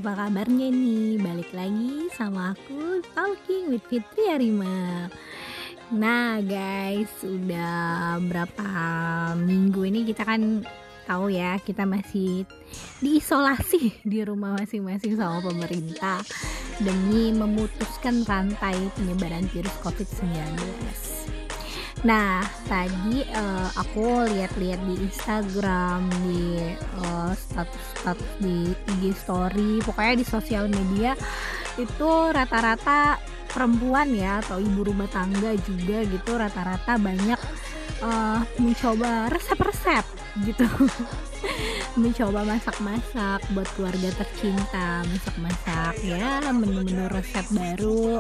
apa kabarnya nih? Balik lagi sama aku Talking with Fitri Arima. Nah guys, udah berapa minggu ini kita kan tahu ya, kita masih diisolasi di rumah masing-masing sama pemerintah demi memutuskan rantai penyebaran virus COVID-19. Nah, tadi aku lihat-lihat di Instagram, di status-status di IG story, pokoknya di sosial media itu rata-rata perempuan ya atau ibu rumah tangga juga gitu, rata-rata banyak mencoba resep-resep gitu. Mencoba masak-masak buat keluarga tercinta, masak-masak ya menu-menu resep baru.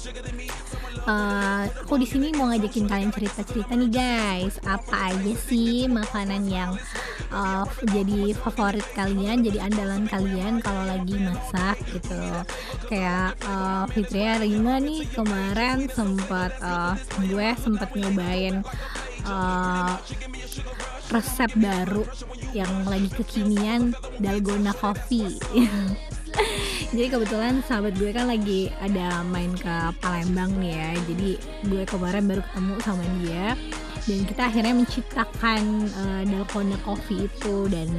Aku di sini mau ngajakin kalian cerita-cerita nih guys, apa aja sih makanan yang jadi favorit kalian, jadi andalan kalian kalau lagi masak gitu. Kayak Fitri Arima nih kemarin gue sempat nyobain resep baru yang lagi kekinian, dalgona coffee. Jadi kebetulan sahabat gue kan lagi ada main ke Palembang nih ya. Jadi gue kemarin baru ketemu sama dia dan kita akhirnya menciptakan dalgona coffee itu dan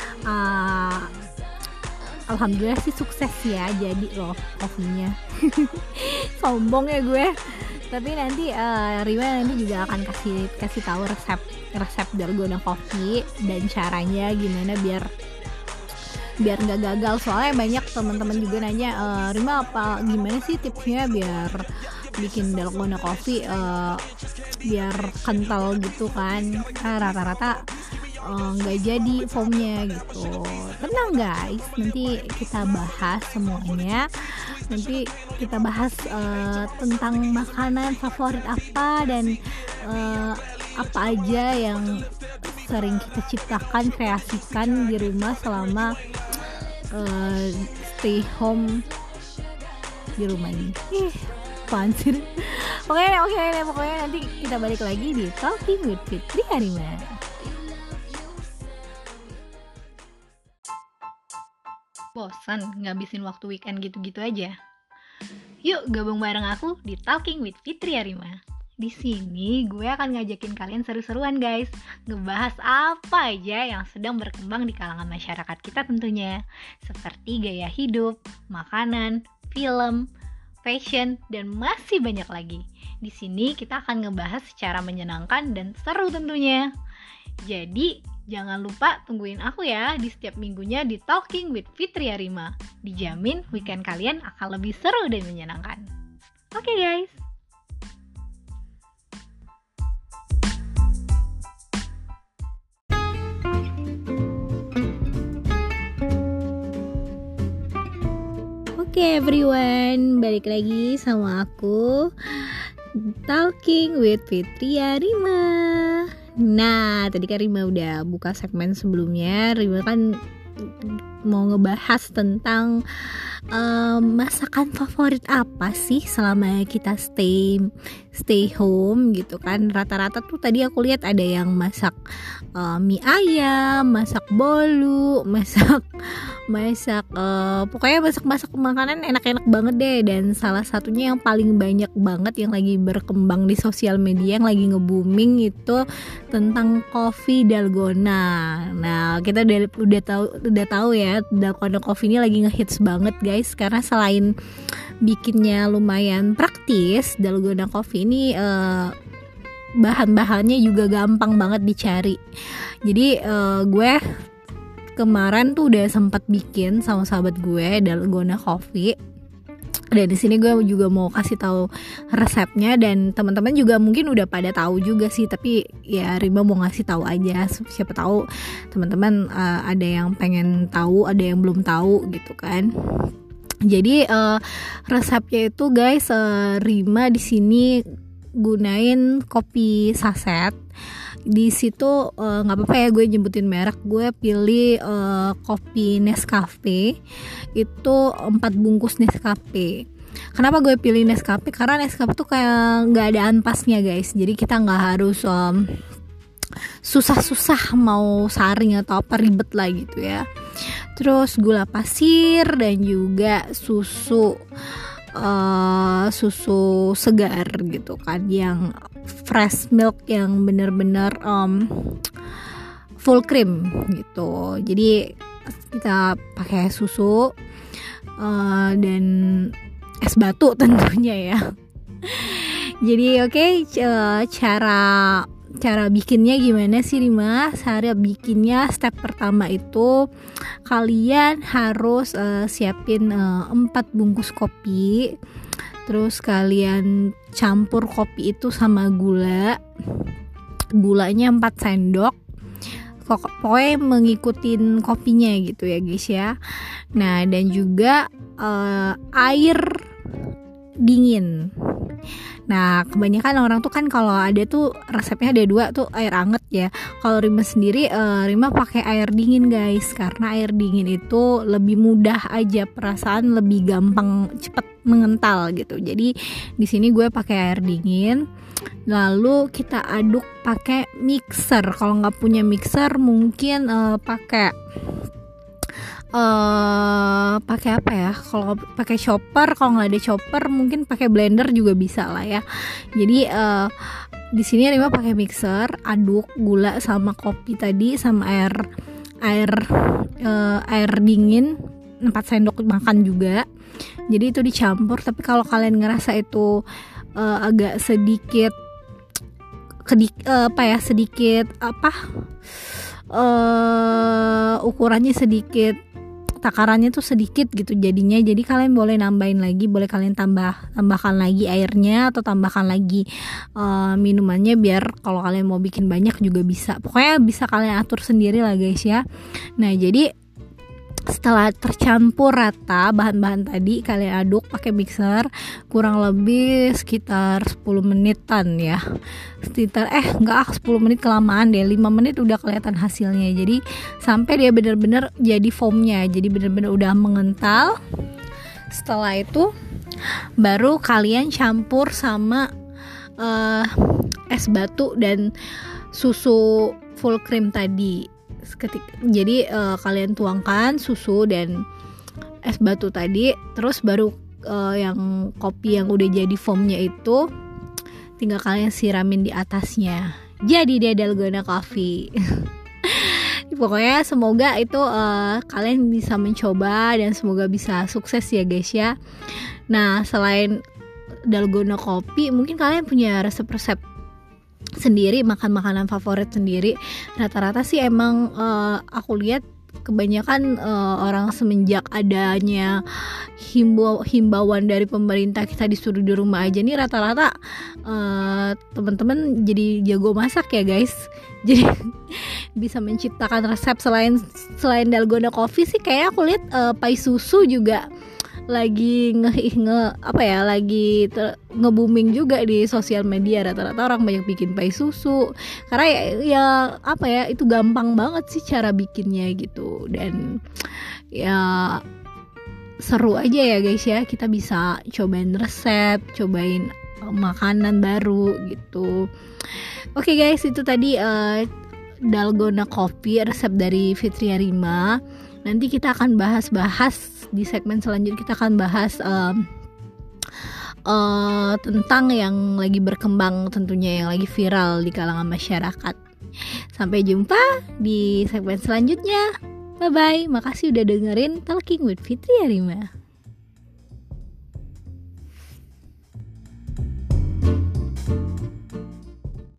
alhamdulillah sih sukses ya, jadi loh kopinya. Sombong ya gue. Tapi nanti Rima nanti juga akan kasih tahu resep dalgona coffee dan caranya gimana biar nggak gagal. Soalnya banyak teman-teman juga nanya, Rima apa gimana sih tipsnya biar bikin dalgona coffee biar kental gitu kan. Rata-rata nggak jadi foamnya gitu. Tenang guys, nanti kita bahas semuanya. Nanti kita bahas tentang makanan favorit apa dan apa aja yang sering kita ciptakan, kreasikan di rumah selama stay home di rumah ini. Apaan sih? Pokoknya nanti kita balik lagi di Talking with Fitri Arima. Bosan ngabisin waktu weekend gitu-gitu aja? Yuk gabung bareng aku di Talking with Fitri Arima. Di sini gue akan ngajakin kalian seru-seruan guys, ngebahas apa aja yang sedang berkembang di kalangan masyarakat kita tentunya, seperti gaya hidup, makanan, film, fashion, dan masih banyak lagi. Di sini kita akan ngebahas secara menyenangkan dan seru tentunya. Jadi jangan lupa tungguin aku ya di setiap minggunya di Talking with Fitri Arima. Dijamin weekend kalian akan lebih seru dan menyenangkan. Oke guys. Oke everyone, balik lagi sama aku Talking with Fitri Arima. Nah, tadi kan Rima udah buka segmen sebelumnya. Rima kan mau ngebahas tentang masakan favorit apa sih selama kita stay home gitu kan. Rata-rata tuh tadi aku lihat ada yang masak mie ayam, masak bolu, masak pokoknya masak makanan enak-enak banget deh. Dan salah satunya yang paling banyak banget yang lagi berkembang di sosial media, yang lagi nge-booming itu tentang coffee dalgona. Nah, kita udah tahu ya, dalgona coffee ini lagi ngehits banget guys, karena selain bikinnya lumayan praktis, dalgona coffee ini bahan-bahannya juga gampang banget dicari. Jadi gue kemarin tuh udah sempat bikin sama sahabat gue dalgona coffee. Dan di sini gue juga mau kasih tahu resepnya, dan teman-teman juga mungkin udah pada tahu juga sih, tapi ya Rima mau ngasih tahu aja, siapa tahu teman-teman ada yang pengen tahu, ada yang belum tahu gitu kan. Jadi resepnya itu guys, Rima di sini gunain kopi saset. Di situ nggak apa-apa ya gue nyebutin merek. Gue pilih kopi Nescafe itu 4 bungkus Nescafe. Kenapa gue pilih Nescafe? Karena Nescafe tuh kayak nggak ada ampasnya guys, jadi kita nggak harus susah-susah mau saring atau apa ribet lah gitu ya. terus gula pasir dan juga susu segar gitu kan, yang fresh milk yang bener-bener full cream gitu. Jadi kita pakai susu dan es batu tentunya ya. Jadi cara bikinnya gimana sih Rima? Cara bikinnya step pertama itu kalian harus siapin 4 bungkus kopi. Terus kalian campur kopi itu sama gulanya 4 sendok. Pokoknya mengikutin kopinya gitu ya guys ya. Nah, dan juga air dingin. Nah, kebanyakan orang tuh kan kalau ada tuh resepnya ada 2 tuh air anget ya. Kalau Rima sendiri, Rima pakai air dingin guys, karena air dingin itu lebih mudah aja, perasaan lebih gampang cepet mengental gitu. Jadi di sini gue pakai air dingin. Lalu kita aduk pakai mixer. Kalau nggak punya mixer mungkin pakai apa ya? Kalau pakai chopper, kalau nggak ada chopper mungkin pakai blender juga bisa lah ya. Jadi di sini Rima pakai mixer, aduk gula sama kopi tadi sama air dingin 4 sendok makan juga. Jadi itu dicampur. Tapi kalau kalian ngerasa itu agak sedikit ukurannya sedikit, takarannya tuh sedikit gitu jadinya, jadi kalian boleh nambahin lagi, boleh kalian tambahkan lagi airnya atau tambahkan lagi minumannya, biar kalau kalian mau bikin banyak juga bisa. Pokoknya bisa kalian atur sendiri lah guys ya. Nah, jadi setelah tercampur rata bahan-bahan tadi, kalian aduk pakai mixer kurang lebih sekitar 10 menitan ya. Enggak 10 menit kelamaan deh, 5 menit udah kelihatan hasilnya. Jadi sampai dia benar-benar jadi foamnya, jadi benar-benar udah mengental. Setelah itu baru kalian campur sama es batu dan susu full cream tadi. Jadi kalian tuangkan susu dan es batu tadi, terus baru yang kopi yang udah jadi foamnya itu tinggal kalian siramin di atasnya. Jadi dia dalgona coffee. Pokoknya semoga itu kalian bisa mencoba dan semoga bisa sukses ya guys ya. Nah, selain dalgona coffee, mungkin kalian punya resep-resep sendiri, makan makanan favorit sendiri. Rata-rata sih emang aku lihat kebanyakan orang semenjak adanya himbauan dari pemerintah kita disuruh di rumah aja nih, rata-rata teman-teman jadi jago masak ya guys. Jadi bisa menciptakan resep. Selain dalgona coffee sih kayak aku lihat pai susu juga lagi nge-booming juga di sosial media. Rata-rata orang banyak bikin pai susu karena itu gampang banget sih cara bikinnya gitu, dan ya seru aja ya guys ya. Kita bisa cobain resep, cobain makanan baru gitu. Oke guys, itu tadi dalgona coffee resep dari Fitria Rima. Nanti kita akan bahas di segmen selanjutnya, kita akan bahas tentang yang lagi berkembang tentunya, yang lagi viral di kalangan masyarakat. Sampai jumpa di segmen selanjutnya. Bye bye. Makasih udah dengerin Talking with Fitria Rima.